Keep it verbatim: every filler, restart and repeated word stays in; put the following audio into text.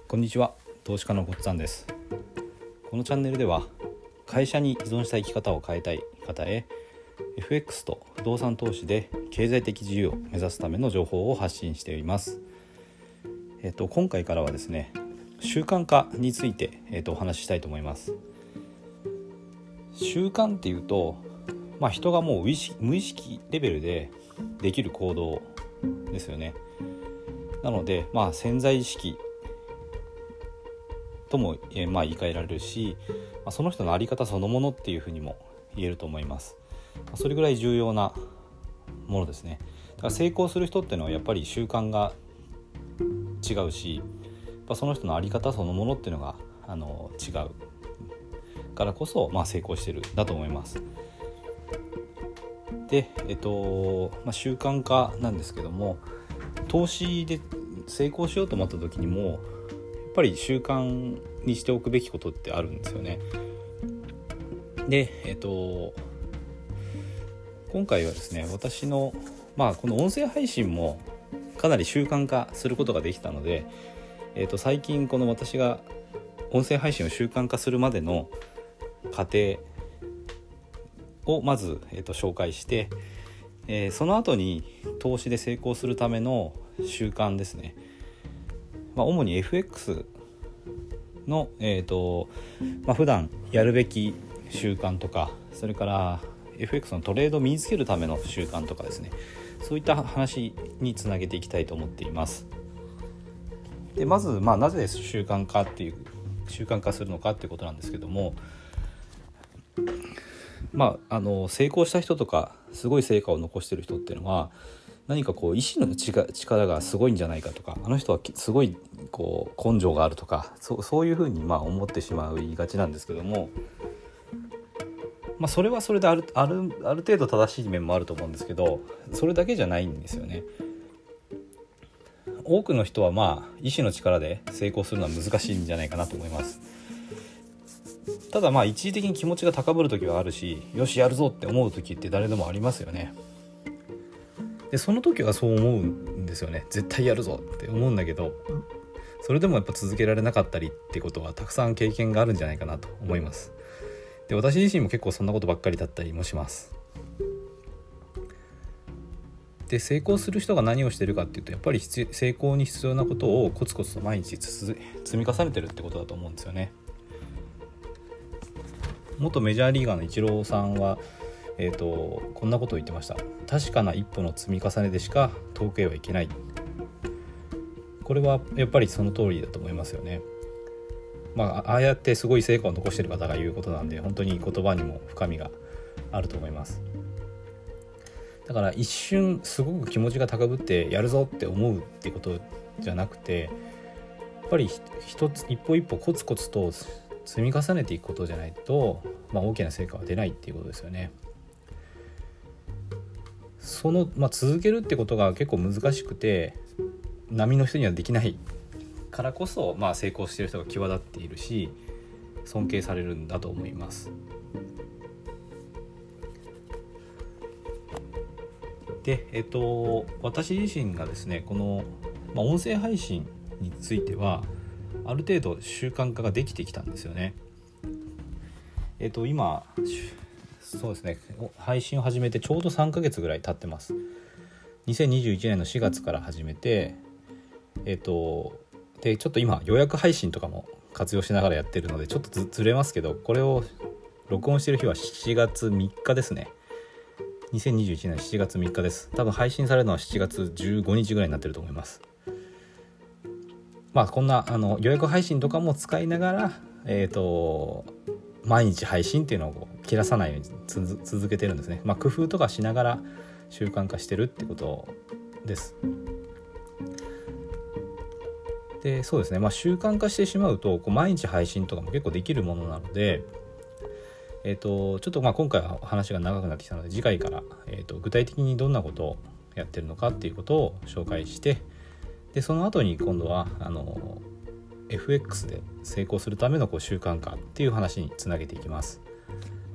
こんにちは、投資家のごっつぁんです。このチャンネルでは会社に依存した生き方を変えたい方へ エフエックス と不動産投資で経済的自由を目指すための情報を発信しています。えっと、今回からはですね、習慣化について、えっと、お話ししたいと思います。習慣っていうと、まあ、人がもう無意識、無意識レベルでできる行動ですよね。なので、まあ、潜在意識とも、えーまあ、言い換えられるし、まあ、その人の在り方そのものっていうふうにも言えると思います。それぐらい重要なものですね。だから成功する人っていうのはやっぱり習慣が違うし、やっぱその人の在り方そのものっていうのがあの違うからこそ、まあ、成功してるんだと思います。で、えっとまあ、習慣化なんですけども、投資で成功しようと思った時にもやっぱり習慣にしておくべきことってあるんですよね。で、えっと今回はですね、私の、まあ、この音声配信もかなり習慣化することができたので、えっと、最近この私が音声配信を習慣化するまでの過程をまず、えっと、紹介して、えー、その後に投資で成功するための習慣ですね、まあ、主に エフエックス の、えーとまあ、普段やるべき習慣とか、それから エフエックス のトレードを身につけるための習慣とかですね、そういった話につなげていきたいと思っています。でまず、まあ、なぜ習慣化っていう習慣化するのかっていうことなんですけども、まあ、あの成功した人とかすごい成果を残してる人っていうのは何かこう意志の力がすごいんじゃないかとか、あの人はすごいこう根性があるとか、そ う, そういうふうにまあ思ってしまいがちなんですけども、まあ、それはそれである、ある、ある程度正しい面もあると思うんですけど、それだけじゃないんですよね。多くの人はまあ意志の力で成功するのは難しいんじゃないかなと思います。ただまあ一時的に気持ちが高ぶる時はあるし、よしやるぞって思う時って誰でもありますよね。でその時はそう思うんですよね。絶対やるぞって思うんだけど、それでもやっぱ続けられなかったりってことはたくさん経験があるんじゃないかなと思います。で私自身も結構そんなことばっかりだったりもします。で成功する人が何をしてるかっていうと、やっぱり成功に必要なことをコツコツと毎日積み重ねてるってことだと思うんですよね。元メジャーリーガーのイチローさんは、えーと、こんなことを言ってました。確かな一歩の積み重ねでしか遠くへはいけない。これはやっぱりその通りだと思いますよね。まあ、ああやってすごい成果を残している方が言うことなんで、本当に言葉にも深みがあると思います。だから一瞬すごく気持ちが高ぶってやるぞって思うってことじゃなくて、やっぱり一つ一歩一歩コツコツと積み重ねていくことじゃないと、まあ、大きな成果は出ないっていうことですよね。その、まあ、続けるってことが結構難しくて波の人にはできないからこそ、まあ、成功している人が際立っているし尊敬されるんだと思います。で、えっと、私自身がですね、この、まあ、音声配信についてはある程度習慣化ができてきたんですよね。えっと今そうですね、配信を始めてちょうどさんかげつぐらい経ってます。にせんにじゅういちねんのしがつから始めて、えっとでちょっと今予約配信とかも活用しながらやってるのでちょっと ず, ずれますけど、これを録音してる日はしちがつみっかですね。にせんにじゅういちねんしちがつみっかです。多分配信されるのはしちがつじゅうごにちぐらいになってると思います。まあこんなあの予約配信とかも使いながら、えっと毎日配信っていうのを切らさないようにつ続けてるんですね。まあ、工夫とかしながら習慣化してるってことです。でそうですね、まあ、習慣化してしまうとこう毎日配信とかも結構できるものなので、えー、とちょっとまあ今回は話が長くなってきたので次回から、えー、と具体的にどんなことをやってるのかっていうことを紹介して、でその後に今度はあの エフエックス で成功するためのこう習慣化っていう話につなげていきます。